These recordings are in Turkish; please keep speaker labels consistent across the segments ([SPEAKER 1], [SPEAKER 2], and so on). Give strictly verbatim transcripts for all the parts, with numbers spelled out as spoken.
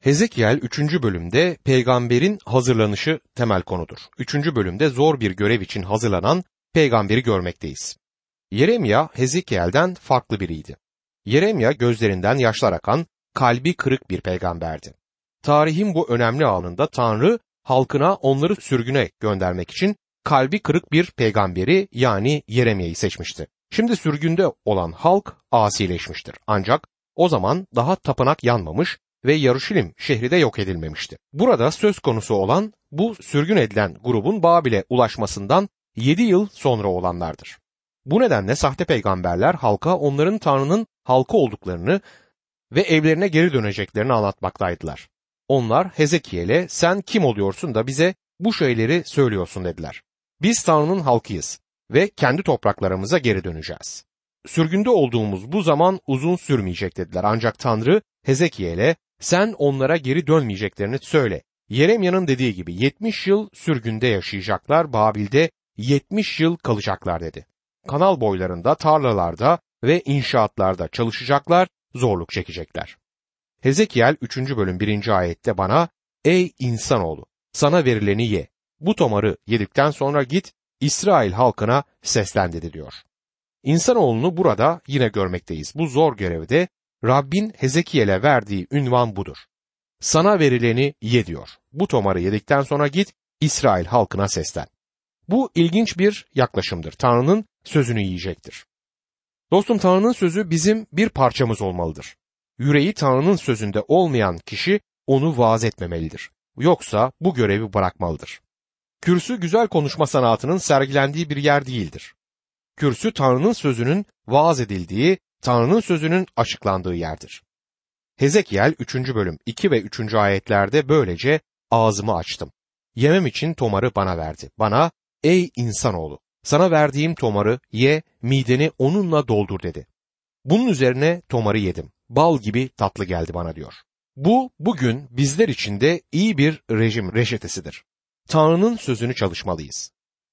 [SPEAKER 1] Hezekiel üçüncü bölümde peygamberin hazırlanışı temel konudur. üçüncü bölümde zor bir görev için hazırlanan peygamberi görmekteyiz. Yeremya Hezekiel'den farklı biriydi. Yeremya gözlerinden yaşlar akan, kalbi kırık bir peygamberdi. Tarihin bu önemli anında Tanrı halkına onları sürgüne göndermek için kalbi kırık bir peygamberi yani Yeremya'yı seçmişti. Şimdi sürgünde olan halk asileşmiştir. Ancak o zaman daha tapınak yanmamış ve Yaruşilim şehri de yok edilmemişti. Burada söz konusu olan bu sürgün edilen grubun Babil'e ulaşmasından yedi yıl sonra olanlardır. Bu nedenle sahte peygamberler halka onların Tanrı'nın halkı olduklarını ve evlerine geri döneceklerini anlatmaktaydılar. Onlar Hezekiel'e sen kim oluyorsun da bize bu şeyleri söylüyorsun dediler. Biz Tanrı'nın halkıyız ve kendi topraklarımıza geri döneceğiz. Sürgünde olduğumuz bu zaman uzun sürmeyecek dediler. Ancak Tanrı Hezekiel'e sen onlara geri dönmeyeceklerini söyle. Yeremya'nın dediği gibi yetmiş yıl sürgünde yaşayacaklar, Babil'de yetmiş yıl kalacaklar dedi. Kanal boylarında, tarlalarda ve inşaatlarda çalışacaklar, zorluk çekecekler. Hezekiel üçüncü bölüm birinci ayette bana ey insanoğlu sana verileni ye. Bu tomarı yedikten sonra git İsrail halkına seslen dedi diyor. İnsanoğlunu burada yine görmekteyiz. Bu zor görevde Rabbin Hezekiel'e verdiği ünvan budur. Sana verileni ye diyor. Bu tomarı yedikten sonra git İsrail halkına seslen. Bu ilginç bir yaklaşımdır. Tanrı'nın sözünü yiyecektir. Dostum Tanrı'nın sözü bizim bir parçamız olmalıdır. Yüreği Tanrı'nın sözünde olmayan kişi onu vaaz etmemelidir. Yoksa bu görevi bırakmalıdır. Kürsü güzel konuşma sanatının sergilendiği bir yer değildir. Kürsü Tanrı'nın sözünün vaaz edildiği, Tanrı'nın sözünün açıklandığı yerdir. Hezekiel üçüncü bölüm iki ve üçüncü ayetlerde böylece ağzımı açtım. Yemem için tomarı bana verdi. Bana ey insanoğlu sana verdiğim tomarı ye, mideni onunla doldur dedi. Bunun üzerine tomarı yedim. Bal gibi tatlı geldi bana diyor. Bu bugün bizler için de iyi bir rejim reçetesidir. Tanrı'nın sözünü çalışmalıyız.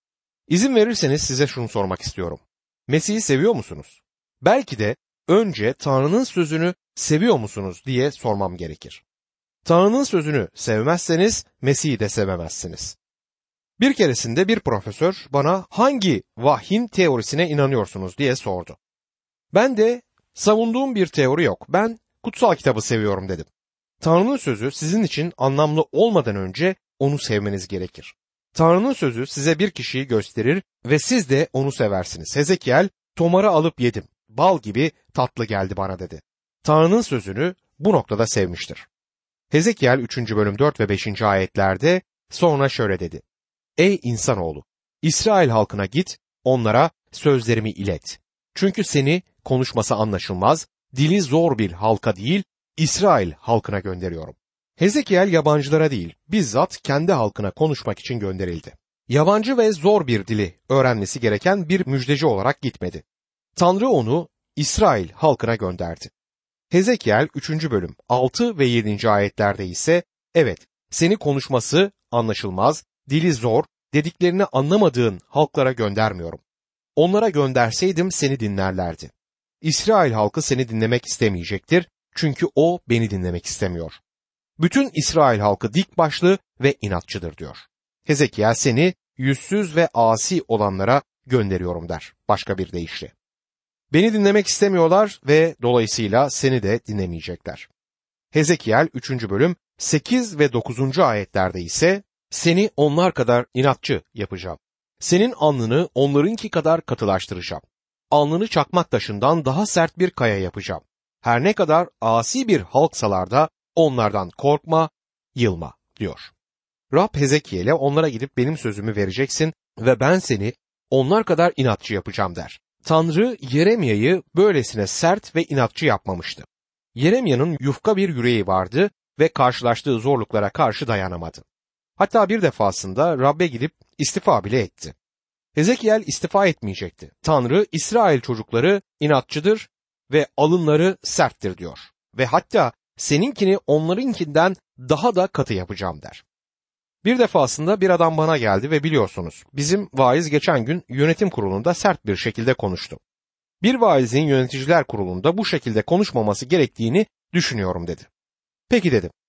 [SPEAKER 1] İzin verirseniz size şunu sormak istiyorum. Mesih'i seviyor musunuz? Belki de önce Tanrı'nın sözünü seviyor musunuz diye sormam gerekir. Tanrı'nın sözünü sevmezseniz Mesih'i de sevemezsiniz. Bir keresinde bir profesör bana hangi vahyin teorisine inanıyorsunuz diye sordu. Ben de savunduğum bir teori yok. Ben kutsal kitabı seviyorum dedim. Tanrı'nın sözü sizin için anlamlı olmadan önce onu sevmeniz gerekir. Tanrı'nın sözü size bir kişiyi gösterir ve siz de onu seversiniz. Hezekiel tomarı alıp yedim. Bal gibi tatlı geldi bana dedi. Tanrı'nın sözünü bu noktada sevmiştir. Hezekiel üçüncü bölüm dört ve beşinci ayetlerde sonra şöyle dedi. Ey insanoğlu, İsrail halkına git, onlara sözlerimi ilet. Çünkü seni konuşması anlaşılmaz, dili zor bir halka değil, İsrail halkına gönderiyorum. Hezekiel yabancılara değil, bizzat kendi halkına konuşmak için gönderildi. Yabancı ve zor bir dili öğrenmesi gereken bir müjdeci olarak gitmedi. Tanrı onu İsrail halkına gönderdi. Hezekiel üçüncü bölüm altı ve yedinci ayetlerde ise evet seni konuşması anlaşılmaz, dili zor, dediklerini anlamadığın halklara göndermiyorum. Onlara gönderseydim seni dinlerlerdi. İsrail halkı seni dinlemek istemeyecektir çünkü o beni dinlemek istemiyor. Bütün İsrail halkı dik başlı ve inatçıdır diyor. Hezekiel seni yüzsüz ve asi olanlara gönderiyorum der başka bir deyişle. Beni dinlemek istemiyorlar ve dolayısıyla seni de dinlemeyecekler. Hezekiel üçüncü bölüm sekiz ve dokuzuncu ayetlerde ise seni onlar kadar inatçı yapacağım. Senin alnını onlarınki kadar katılaştıracağım. Alnını çakmak taşından daha sert bir kaya yapacağım. Her ne kadar asi bir halksalar da onlardan korkma, yılma diyor. Rab Hezekiel'e onlara gidip benim sözümü vereceksin ve ben seni onlar kadar inatçı yapacağım der. Tanrı Yeremya'yı böylesine sert ve inatçı yapmamıştı. Yeremya'nın yufka bir yüreği vardı ve karşılaştığı zorluklara karşı dayanamadı. Hatta bir defasında Rab'be gidip istifa bile etti. Hezekiel istifa etmeyecekti. Tanrı İsrail çocukları inatçıdır ve alınları serttir diyor. Ve hatta seninkini onlarınkinden daha da katı yapacağım der. Bir defasında bir adam bana geldi ve biliyorsunuz bizim vaiz geçen gün yönetim kurulunda sert bir şekilde konuştu. Bir vaizin yöneticiler kurulunda bu şekilde konuşmaması gerektiğini düşünüyorum dedi. Peki dedim.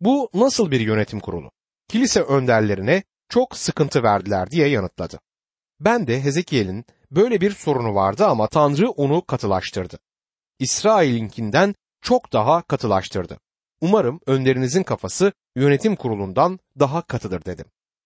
[SPEAKER 1] Bu nasıl bir yönetim kurulu? Kilise önderlerine çok sıkıntı verdiler diye yanıtladı. Ben de Hezekiel'in böyle bir sorunu vardı ama Tanrı onu katılaştırdı. İsrail'inkinden çok daha katılaştırdı. Umarım önderinizin kafası yönetim kurulundan daha katıdır dedim.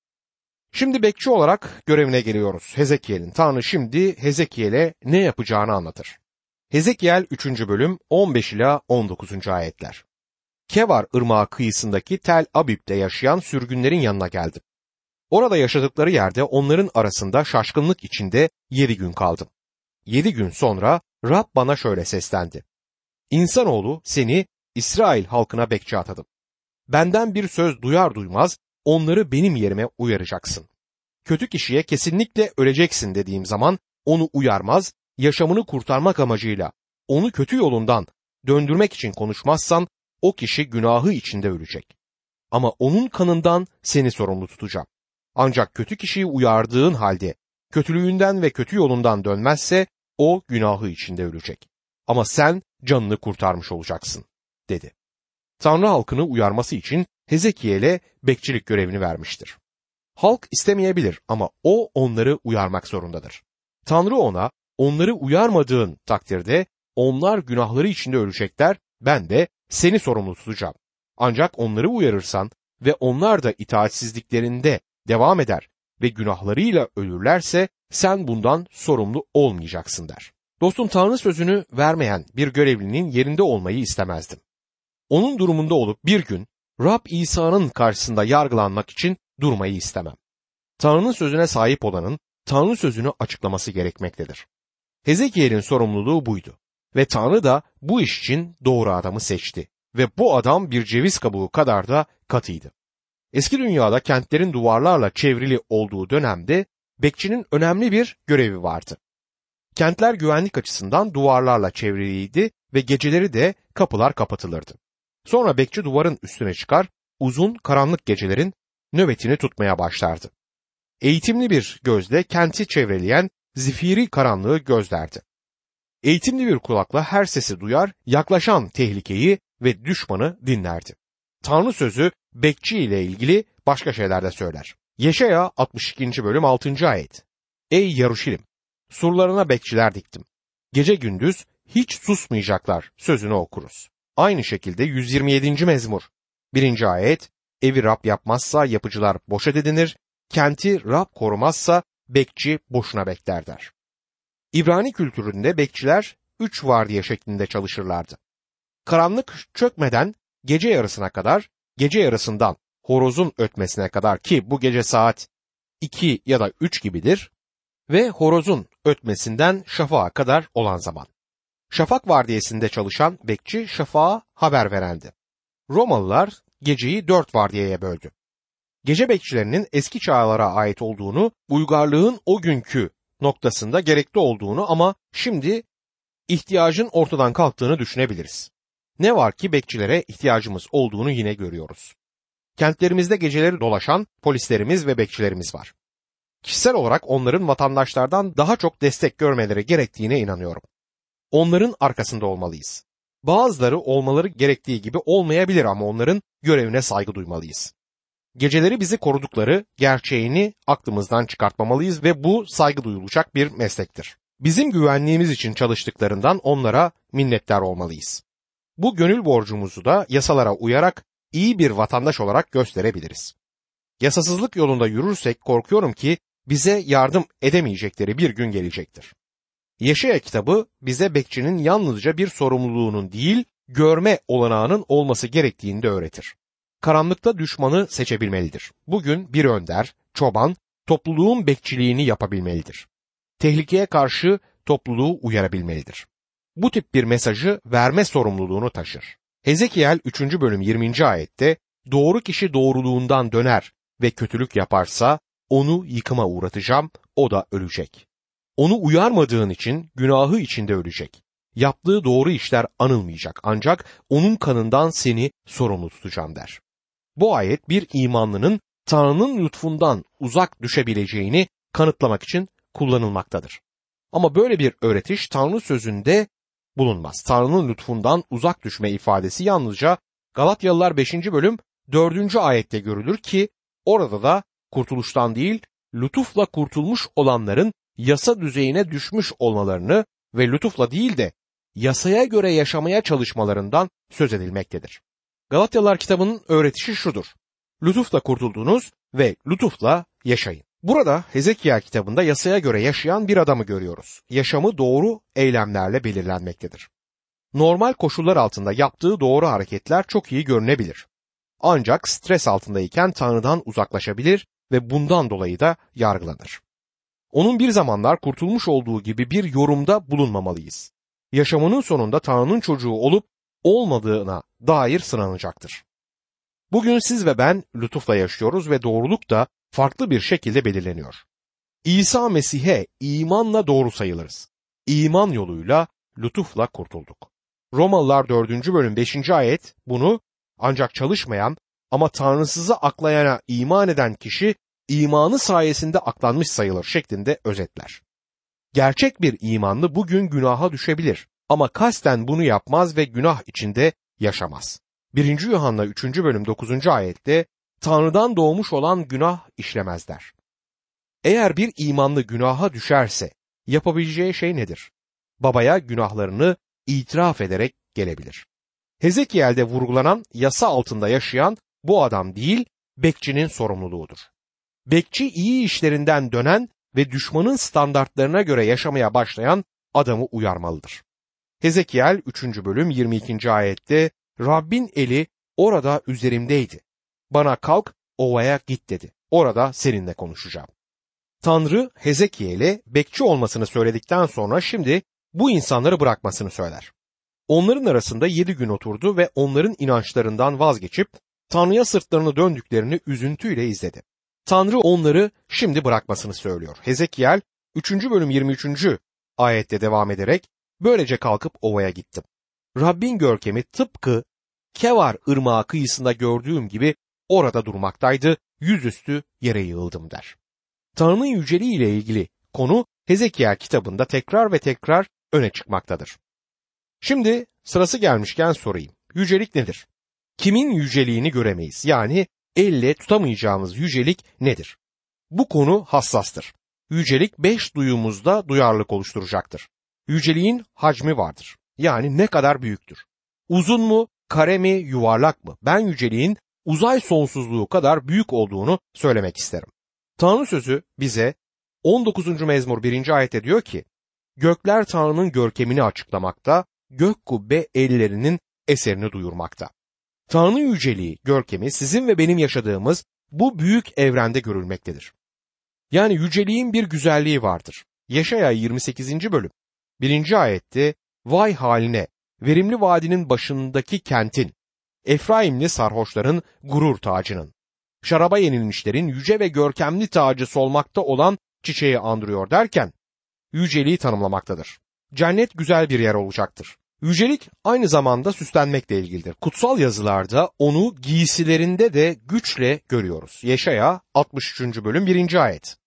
[SPEAKER 1] Şimdi bekçi olarak görevine geliyoruz Hezekiel'in. Tanrı şimdi Hezekiel'e ne yapacağını anlatır. Hezekiel üçüncü bölüm on beş ila on dokuzuncu ayetler. Kevar ırmağı kıyısındaki Tel Abib'de yaşayan sürgünlerin yanına geldim. Orada yaşadıkları yerde onların arasında şaşkınlık içinde yedi gün kaldım. Yedi gün sonra Rab bana şöyle seslendi. İnsanoğlu, seni İsrail halkına bekçi atadım. Benden bir söz duyar duymaz onları benim yerime uyaracaksın. Kötü kişiye kesinlikle öleceksin dediğim zaman onu uyarmaz, yaşamını kurtarmak amacıyla onu kötü yolundan döndürmek için konuşmazsan o kişi günahı içinde ölecek. Ama onun kanından seni sorumlu tutacağım. Ancak kötü kişiyi uyardığın halde kötülüğünden ve kötü yolundan dönmezse o günahı içinde ölecek. Ama sen canını kurtarmış olacaksın, dedi. Tanrı halkını uyarması için Hezekiel'e bekçilik görevini vermiştir. Halk istemeyebilir ama o onları uyarmak zorundadır. Tanrı ona, onları uyarmadığın takdirde onlar günahları içinde ölecekler, ben de seni sorumlu tutacağım. Ancak onları uyarırsan ve onlar da itaatsizliklerinde devam eder ve günahlarıyla ölürlerse sen bundan sorumlu olmayacaksın der. Dostum, Tanrı sözünü vermeyen bir görevlinin yerinde olmayı istemezdim. Onun durumunda olup bir gün Rab İsa'nın karşısında yargılanmak için durmayı istemem. Tanrı'nın sözüne sahip olanın Tanrı sözünü açıklaması gerekmektedir. Hezekiel'in sorumluluğu buydu ve Tanrı da bu iş için doğru adamı seçti ve bu adam bir ceviz kabuğu kadar da katıydı. Eski dünyada kentlerin duvarlarla çevrili olduğu dönemde bekçinin önemli bir görevi vardı. Kentler güvenlik açısından duvarlarla çevriliydi ve geceleri de kapılar kapatılırdı. Sonra bekçi duvarın üstüne çıkar, uzun karanlık gecelerin nöbetini tutmaya başlardı. Eğitimli bir gözle kenti çevreleyen zifiri karanlığı gözlerdi. Eğitimli bir kulakla her sesi duyar, yaklaşan tehlikeyi ve düşmanı dinlerdi. Tanrı sözü bekçi ile ilgili başka şeyler de söyler. Yeşaya altmış ikinci bölüm altıncı ayet. Ey Yaruşilim! Surlarına bekçiler diktim. Gece gündüz hiç susmayacaklar sözünü okuruz. Aynı şekilde yüz yirmi yedinci mezmur. birinci ayet. Evi Rab yapmazsa yapıcılar boşa dedinir, kenti Rab korumazsa bekçi boşuna bekler der. İbrani kültüründe bekçiler üç vardiya şeklinde çalışırlardı. Karanlık çökmeden gece yarısına kadar, gece yarısından horozun ötmesine kadar ki bu gece saat iki ya da üç gibidir ve horozun ötmesinden şafağa kadar olan zaman. Şafak vardiyasında çalışan bekçi şafağa haber verendi. Romalılar geceyi dört vardiyaya böldü. Gece bekçilerinin eski çağlara ait olduğunu, uygarlığın o günkü noktasında gerekli olduğunu ama şimdi ihtiyacın ortadan kalktığını düşünebiliriz. Ne var ki bekçilere ihtiyacımız olduğunu yine görüyoruz. Kentlerimizde geceleri dolaşan polislerimiz ve bekçilerimiz var. Kişisel olarak onların vatandaşlardan daha çok destek görmeleri gerektiğine inanıyorum. Onların arkasında olmalıyız. Bazıları olmaları gerektiği gibi olmayabilir ama onların görevine saygı duymalıyız. Geceleri bizi korudukları gerçeğini aklımızdan çıkartmamalıyız ve bu saygı duyulacak bir meslektir. Bizim güvenliğimiz için çalıştıklarından onlara minnettar olmalıyız. Bu gönül borcumuzu da yasalara uyarak iyi bir vatandaş olarak gösterebiliriz. Yasasızlık yolunda yürürsek korkuyorum ki bize yardım edemeyecekleri bir gün gelecektir. Yeşaya kitabı bize bekçinin yalnızca bir sorumluluğunun değil, görme olanağının olması gerektiğini de öğretir. Karanlıkta düşmanı seçebilmelidir. Bugün bir önder, çoban, topluluğun bekçiliğini yapabilmelidir. Tehlikeye karşı topluluğu uyarabilmelidir. Bu tip bir mesajı verme sorumluluğunu taşır. Hezekiel üçüncü bölüm yirminci ayette doğru kişi doğruluğundan döner ve kötülük yaparsa onu yıkıma uğratacağım, o da ölecek. Onu uyarmadığın için günahı içinde ölecek. Yaptığı doğru işler anılmayacak ancak onun kanından seni sorumlu tutacağım der. Bu ayet bir imanlının Tanrı'nın lütfundan uzak düşebileceğini kanıtlamak için kullanılmaktadır. Ama böyle bir öğretiş Tanrı sözünde bulunmaz. Tanrı'nın lütfundan uzak düşme ifadesi yalnızca Galatyalılar beşinci bölüm dördüncü ayette görülür ki orada da kurtuluştan değil, lütufla kurtulmuş olanların yasa düzeyine düşmüş olmalarını ve lütufla değil de yasaya göre yaşamaya çalışmalarından söz edilmektedir. Galatyalılar kitabının öğretişi şudur: lütufla kurtuldunuz ve lütufla yaşayın. Burada Hezekiel kitabında yasaya göre yaşayan bir adamı görüyoruz. Yaşamı doğru eylemlerle belirlenmektedir. Normal koşullar altında yaptığı doğru hareketler çok iyi görünebilir. Ancak stres altındayken Tanrı'dan uzaklaşabilir ve bundan dolayı da yargılanır. Onun bir zamanlar kurtulmuş olduğu gibi bir yorumda bulunmamalıyız. Yaşamının sonunda Tanrı'nın çocuğu olup olmadığına dair sınanacaktır. Bugün siz ve ben lütufla yaşıyoruz ve doğruluk da farklı bir şekilde belirleniyor. İsa Mesih'e imanla doğru sayılırız. İman yoluyla lütufla kurtulduk. Romalılar dördüncü bölüm beşinci ayet bunu ancak çalışmayan ama Tanrısızı aklayana iman eden kişi imanı sayesinde aklanmış sayılır şeklinde özetler. Gerçek bir imanlı bugün günaha düşebilir ama kasten bunu yapmaz ve günah içinde yaşamaz. birinci Yuhanna üçüncü bölüm dokuzuncu ayette Tanrı'dan doğmuş olan günah işlemez der. Eğer bir imanlı günaha düşerse yapabileceği şey nedir? Babaya günahlarını itiraf ederek gelebilir. Hezekiel'de vurgulanan yasa altında yaşayan bu adam değil, bekçinin sorumluluğudur. Bekçi iyi işlerinden dönen ve düşmanın standartlarına göre yaşamaya başlayan adamı uyarmalıdır. Hezekiel üçüncü bölüm yirmi ikinci ayette Rabbin eli orada üzerimdeydi. Bana kalk ovaya git dedi. Orada seninle konuşacağım. Tanrı Hezekiel'e bekçi olmasını söyledikten sonra şimdi bu insanları bırakmasını söyler. Onların arasında yedi gün oturdu ve onların inançlarından vazgeçip Tanrı'ya sırtlarını döndüklerini üzüntüyle izledi. Tanrı onları şimdi bırakmasını söylüyor. Hezekiel üçüncü bölüm yirmi üçüncü ayette devam ederek böylece kalkıp ovaya gittim. Rabbin görkemi tıpkı Kevar ırmağı kıyısında gördüğüm gibi orada durmaktaydı, yüzüstü yere yığıldım der. Tanrı'nın yüceliği ile ilgili konu Hezekiel kitabında tekrar ve tekrar öne çıkmaktadır. Şimdi sırası gelmişken sorayım. Yücelik nedir? Kimin yüceliğini göremeyiz? Yani elle tutamayacağımız yücelik nedir? Bu konu hassastır. Yücelik beş duyumuzda duyarlılık oluşturacaktır. Yüceliğin hacmi vardır. Yani ne kadar büyüktür? Uzun mu, kare mi, yuvarlak mı? Ben yüceliğin uzay sonsuzluğu kadar büyük olduğunu söylemek isterim. Tanrı sözü bize on dokuzuncu mezmur birinci ayette diyor ki, gökler Tanrı'nın görkemini açıklamakta, gök kubbe ellerinin eserini duyurmakta. Tanrı yüceliği, görkemi sizin ve benim yaşadığımız bu büyük evrende görülmektedir. Yani yüceliğin bir güzelliği vardır. Yeşaya yirmi sekizinci bölüm birinci ayette vay haline, verimli vadinin başındaki kentin, Efraimli sarhoşların gurur tacının, şaraba yenilmişlerin yüce ve görkemli tacı solmakta olan çiçeği andırıyor derken, yüceliği tanımlamaktadır. Cennet güzel bir yer olacaktır. Yücelik aynı zamanda süslenmekle ilgilidir. Kutsal yazılarda onu giysilerinde de güçle görüyoruz. Yeşaya altmış üçüncü bölüm birinci ayet.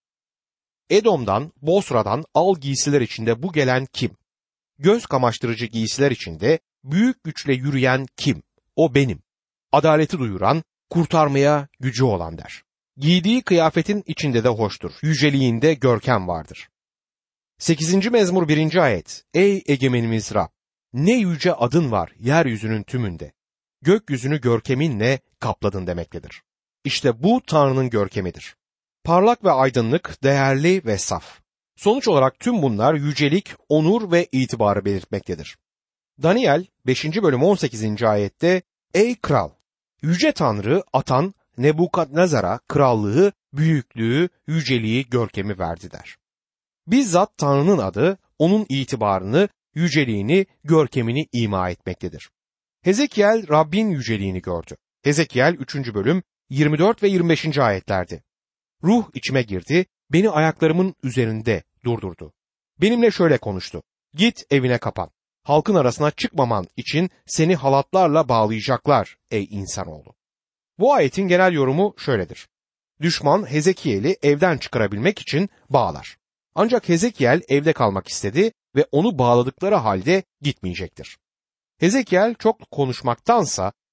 [SPEAKER 1] Edom'dan, Bosra'dan al giysiler içinde bu gelen kim? Göz kamaştırıcı giysiler içinde büyük güçle yürüyen kim? O benim. Adaleti duyuran, kurtarmaya gücü olan der. Giydiği kıyafetin içinde de hoştur. Yüceliğinde görkem vardır. sekizinci mezmur birinci ayet. Ey egemenimiz Rab! Ne yüce adın var yeryüzünün tümünde. Gökyüzünü görkeminle kapladın demektedir. İşte bu Tanrı'nın görkemidir. Parlak ve aydınlık, değerli ve saf. Sonuç olarak tüm bunlar yücelik, onur ve itibarı belirtmektedir. Daniel beşinci bölüm on sekizinci ayette ey kral! Yüce Tanrı atan Nebukadnezar'a krallığı, büyüklüğü, yüceliği, görkemi verdi der. Bizzat Tanrı'nın adı, onun itibarını, yüceliğini, görkemini ima etmektedir. Hezekiel Rabbin yüceliğini gördü. Hezekiel üçüncü bölüm yirmi dört ve yirmi beşinci ayetlerdi. Ruh içime girdi, beni ayaklarımın üzerinde durdurdu. Benimle şöyle konuştu. Git evine kapan. Halkın arasına çıkmaman için seni halatlarla bağlayacaklar ey insanoğlu. Bu ayetin genel yorumu şöyledir. Düşman Hezekiel'i evden çıkarabilmek için bağlar. Ancak Hezekiel evde kalmak istedi ve onu bağladıkları halde gitmeyecektir. Hezekiel çok konuşmaktansa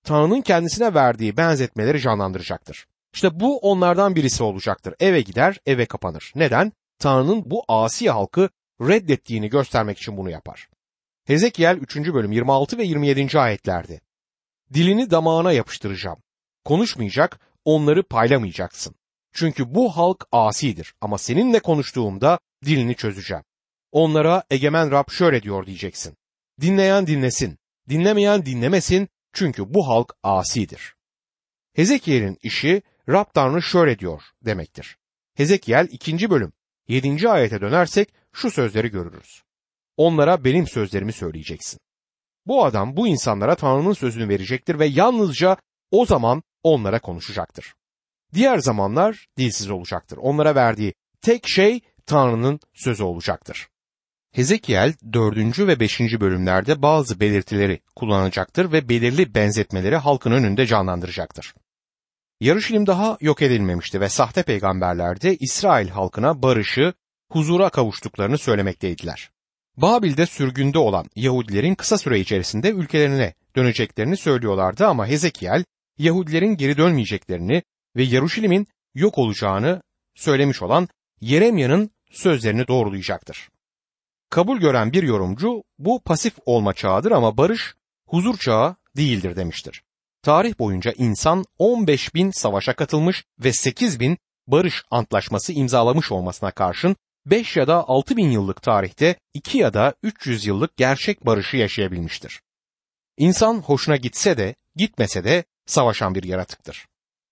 [SPEAKER 1] Tanrı'nın kendisine verdiği benzetmeleri canlandıracaktır. İşte bu onlardan birisi olacaktır. Eve gider, eve kapanır. Neden? Tanrı'nın bu asi halkı reddettiğini göstermek için bunu yapar. Hezekiel üçüncü bölüm yirmi altı ve yirmi yedinci ayetlerde. Dilini damağına yapıştıracağım. Konuşmayacak, onları paylamayacaksın. Çünkü bu halk asidir ama seninle konuştuğumda dilini çözeceğim. Onlara egemen Rab şöyle diyor diyeceksin. Dinleyen dinlesin, dinlemeyen dinlemesin çünkü bu halk asidir. Hezekiel'in işi Rab Tanrı şöyle diyor demektir. Hezekiel ikinci bölüm yedinci ayete dönersek şu sözleri görürüz. Onlara benim sözlerimi söyleyeceksin. Bu adam bu insanlara Tanrı'nın sözünü verecektir ve yalnızca o zaman onlara konuşacaktır. Diğer zamanlar dilsiz olacaktır. Onlara verdiği tek şey Tanrı'nın sözü olacaktır. Hezekiel dördüncü ve beşinci bölümlerde bazı belirtileri kullanacaktır ve belirli benzetmeleri halkın önünde canlandıracaktır. Yarışilim daha yok edilmemişti ve sahte peygamberler de İsrail halkına barışı, huzura kavuştuklarını söylemekteydiler. Babil'de sürgünde olan Yahudilerin kısa süre içerisinde ülkelerine döneceklerini söylüyorlardı ama Hezekiel Yahudilerin geri dönmeyeceklerini ve Yaruşilim'in yok olacağını söylemiş olan Yeremya'nın sözlerini doğrulayacaktır. Kabul gören bir yorumcu bu pasif olma çağıdır ama barış huzur çağı değildir demiştir. Tarih boyunca insan on beş bin savaşa katılmış ve sekiz bin barış antlaşması imzalamış olmasına karşın beş ya da altı bin yıllık tarihte iki ya da üç yüz yıllık gerçek barışı yaşayabilmiştir. İnsan hoşuna gitse de gitmese de savaşan bir yaratıktır.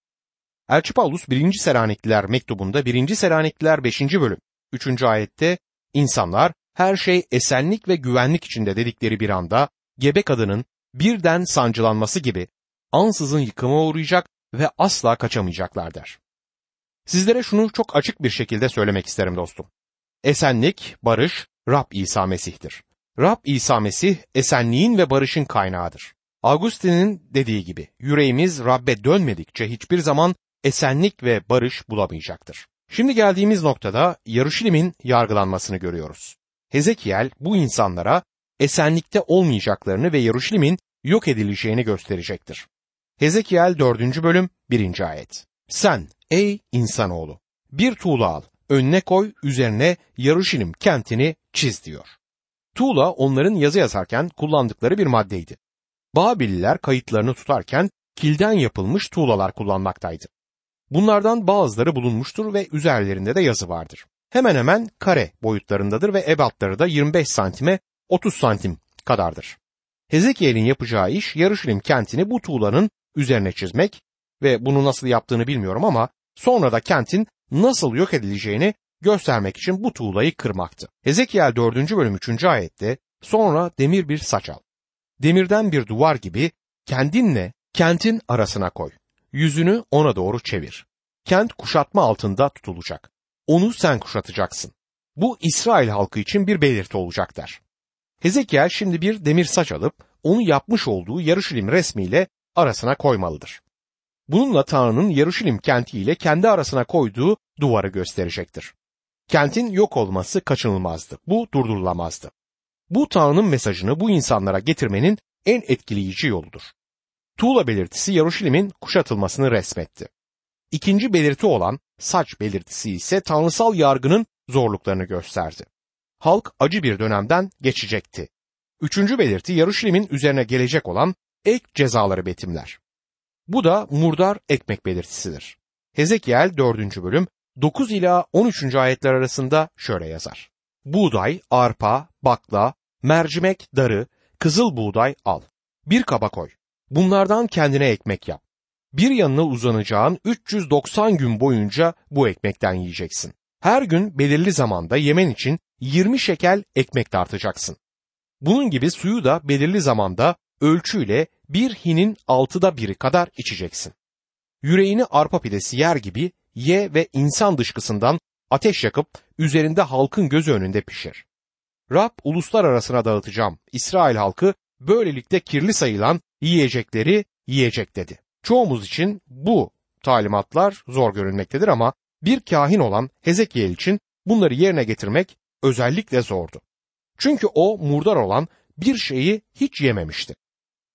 [SPEAKER 1] Elçi Paulus birinci Selanikliler mektubunda birinci Selanikliler beşinci bölüm üçüncü ayette insanlar her şey esenlik ve güvenlik içinde dedikleri bir anda gebe kadının birden sancılanması gibi ansızın yıkıma uğrayacak ve asla kaçamayacaklar der. Sizlere şunu çok açık bir şekilde söylemek isterim dostum. Esenlik, barış Rab İsa Mesih'tir. Rab İsa Mesih esenliğin ve barışın kaynağıdır. Augustin'in dediği gibi yüreğimiz Rab'be dönmedikçe hiçbir zaman esenlik ve barış bulamayacaktır. Şimdi geldiğimiz noktada Yaruşilim'in yargılanmasını görüyoruz. Hezekiel bu insanlara esenlikte olmayacaklarını ve Yaruşilim'in yok edileceğini gösterecektir. Hezekiel dördüncü bölüm birinci ayet. Sen ey insanoğlu bir tuğla al, önüne koy, üzerine Yaruşilim kentini çiz diyor. Tuğla onların yazı yazarken kullandıkları bir maddeydi. Babililer kayıtlarını tutarken kilden yapılmış tuğlalar kullanmaktaydı. Bunlardan bazıları bulunmuştur ve üzerlerinde de yazı vardır. Hemen hemen kare boyutlarındadır ve ebatları da yirmi beş santime otuz santim kadardır. Hezekiel'in yapacağı iş Yaruşilim kentini bu tuğlanın üzerine çizmek ve bunu nasıl yaptığını bilmiyorum ama sonra da kentin nasıl yok edileceğini göstermek için bu tuğlayı kırmaktı. Hezekiel dördüncü bölüm üçüncü ayette sonra demir bir saç al. Demirden bir duvar gibi kendinle kentin arasına koy. Yüzünü ona doğru çevir. Kent kuşatma altında tutulacak. Onu sen kuşatacaksın. Bu İsrail halkı için bir belirti olacak der. Hezekiel şimdi bir demir saç alıp onu yapmış olduğu Yaruşilim resmiyle arasına koymalıdır. Bununla Tanrı'nın Yaruşilim kenti ile kendi arasına koyduğu duvarı gösterecektir. Kentin yok olması kaçınılmazdı. Bu durdurulamazdı. Bu Tanrı'nın mesajını bu insanlara getirmenin en etkileyici yoludur. Tuğla belirtisi Yaruşilim'in kuşatılmasını resmetti. İkinci belirti olan saç belirtisi ise tanrısal yargının zorluklarını gösterdi. Halk acı bir dönemden geçecekti. Üçüncü belirti Yaruşilim'in üzerine gelecek olan ek cezaları betimler. Bu da murdar ekmek belirtisidir. Hezekiel dördüncü bölüm dokuz ila on üçüncü ayetler arasında şöyle yazar. Buğday, arpa, bakla, mercimek, darı, kızıl buğday al. Bir kaba koy. Bunlardan kendine ekmek yap. Bir yanına uzanacağın üç yüz doksan gün boyunca bu ekmekten yiyeceksin. Her gün belirli zamanda yemen için yirmi şekel ekmek tartacaksın. Bunun gibi suyu da belirli zamanda ölçüyle bir hinin altıda biri kadar içeceksin. Yüreğini arpa pidesi yer gibi ye ve insan dışkısından ateş yakıp üzerinde halkın gözü önünde pişir. Rab uluslar arasına dağıtacağım. İsrail halkı böylelikle kirli sayılan yiyecekleri yiyecek dedi. Çoğumuz için bu talimatlar zor görünmektedir ama bir kahin olan Hezekiel için bunları yerine getirmek özellikle zordu. Çünkü o murdar olan bir şeyi hiç yememişti.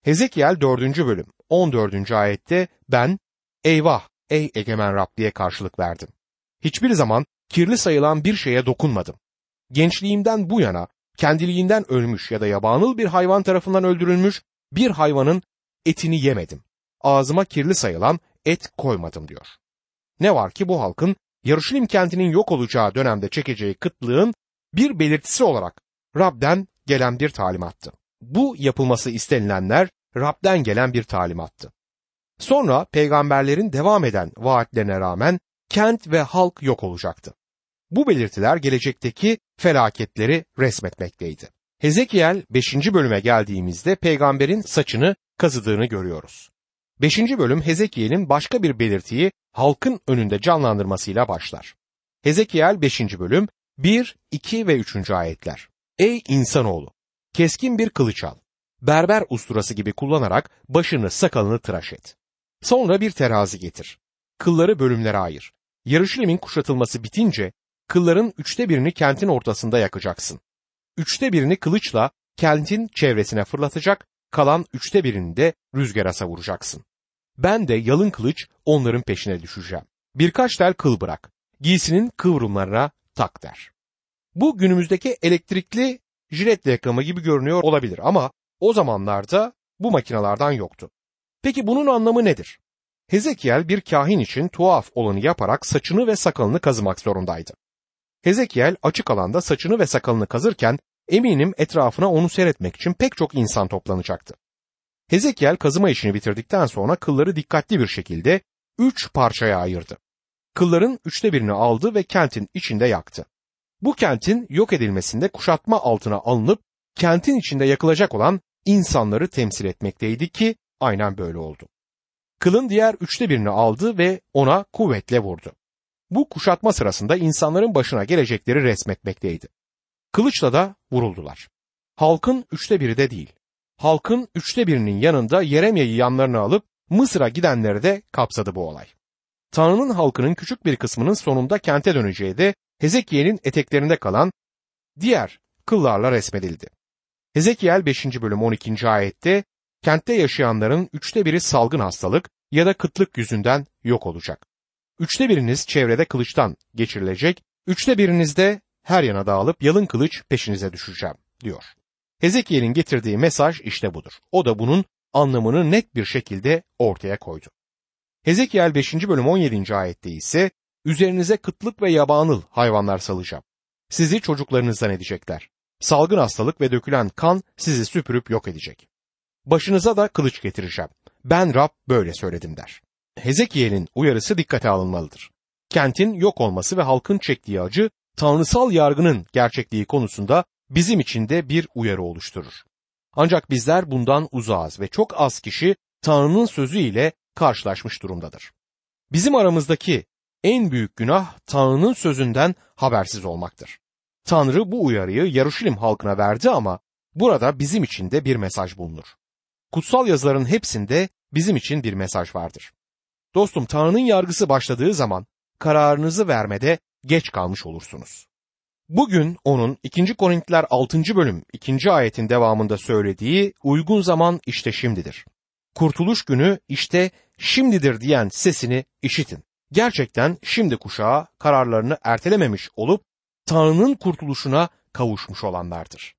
[SPEAKER 1] Hezekiel dördüncü bölüm on dördüncü ayette ben eyvah ey egemen Rab diye karşılık verdim. Hiçbir zaman kirli sayılan bir şeye dokunmadım. Gençliğimden bu yana kendiliğinden ölmüş ya da yabanıl bir hayvan tarafından öldürülmüş bir hayvanın etini yemedim. Ağzıma kirli sayılan et koymadım diyor. Ne var ki bu halkın Yaruşilim kentinin yok olacağı dönemde çekeceği kıtlığın bir belirtisi olarak Rab'den gelen bir talimattı. Bu yapılması istenilenler Rab'den gelen bir talimattı. Sonra peygamberlerin devam eden vaatlerine rağmen kent ve halk yok olacaktı. Bu belirtiler gelecekteki felaketleri resmetmekteydi. Hezekiel beşinci bölüme geldiğimizde peygamberin saçını kazıdığını görüyoruz. beşinci bölüm Hezekiel'in başka bir belirtiyi halkın önünde canlandırmasıyla başlar. Hezekiel beşinci bölüm bir, iki ve üçüncü ayetler. Ey insanoğlu! Keskin bir kılıç al. Berber usturası gibi kullanarak başını sakalını tıraş et. Sonra bir terazi getir. Kılları bölümlere ayır. Yarışilim'in kuşatılması bitince kılların üçte birini kentin ortasında yakacaksın. Üçte birini kılıçla kentin çevresine fırlatacak, kalan üçte birini de rüzgara savuracaksın. Ben de yalın kılıç onların peşine düşeceğim. Birkaç tel kıl bırak, giysinin kıvrımlarına tak der. Bu günümüzdeki elektrikli jilet reklamı gibi görünüyor olabilir ama o zamanlarda bu makinelerden yoktu. Peki bunun anlamı nedir? Hezekiel bir kahin için tuhaf olanı yaparak saçını ve sakalını kazımak zorundaydı. Hezekiel açık alanda saçını ve sakalını kazırken eminim etrafına onu seyretmek için pek çok insan toplanacaktı. Hezekiel kazıma işini bitirdikten sonra kılları dikkatli bir şekilde üç parçaya ayırdı. Kılların üçte birini aldı ve kentin içinde yaktı. Bu kentin yok edilmesinde kuşatma altına alınıp kentin içinde yakılacak olan insanları temsil etmekteydi ki aynen böyle oldu. Kılın diğer üçte birini aldı ve ona kuvvetle vurdu. Bu kuşatma sırasında insanların başına gelecekleri resmetmekteydi. Kılıçla da vuruldular. Halkın üçte biri de değil. Halkın üçte birinin yanında Yeremya'yı yanlarına alıp Mısır'a gidenleri de kapsadı bu olay. Tanrı'nın halkının küçük bir kısmının sonunda kente döneceği de Hezekiel'in eteklerinde kalan diğer kıllarla resmedildi. Hezekiel beşinci bölüm on ikinci ayette kentte yaşayanların üçte biri salgın hastalık ya da kıtlık yüzünden yok olacak. Üçte biriniz çevrede kılıçtan geçirilecek, üçte biriniz de her yana dağılıp yalın kılıç peşinize düşeceğim diyor. Hezekiel'in getirdiği mesaj işte budur. O da bunun anlamını net bir şekilde ortaya koydu. Hezekiel beşinci bölüm on yedinci ayette ise üzerinize kıtlık ve yabanıl hayvanlar salacağım. Sizi çocuklarınızdan edecekler. Salgın hastalık ve dökülen kan sizi süpürüp yok edecek. Başınıza da kılıç getireceğim. Ben Rab böyle söyledim der. Hezekiel'in uyarısı dikkate alınmalıdır. Kentin yok olması ve halkın çektiği acı tanrısal yargının gerçekliği konusunda bizim için de bir uyarı oluşturur. Ancak bizler bundan uzağız ve çok az kişi Tanrı'nın sözü ile karşılaşmış durumdadır. Bizim aramızdaki en büyük günah Tanrı'nın sözünden habersiz olmaktır. Tanrı bu uyarıyı Yaruşilim halkına verdi ama burada bizim için de bir mesaj bulunur. Kutsal yazıların hepsinde bizim için bir mesaj vardır. Dostum, Tanrı'nın yargısı başladığı zaman kararınızı vermede geç kalmış olursunuz. Bugün onun ikinci Korintiler altıncı bölüm ikinci ayetin devamında söylediği uygun zaman işte şimdidir. Kurtuluş günü işte şimdidir diyen sesini işitin. Gerçekten şimdi kuşağı kararlarını ertelememiş olup Tanrı'nın kurtuluşuna kavuşmuş olanlardır.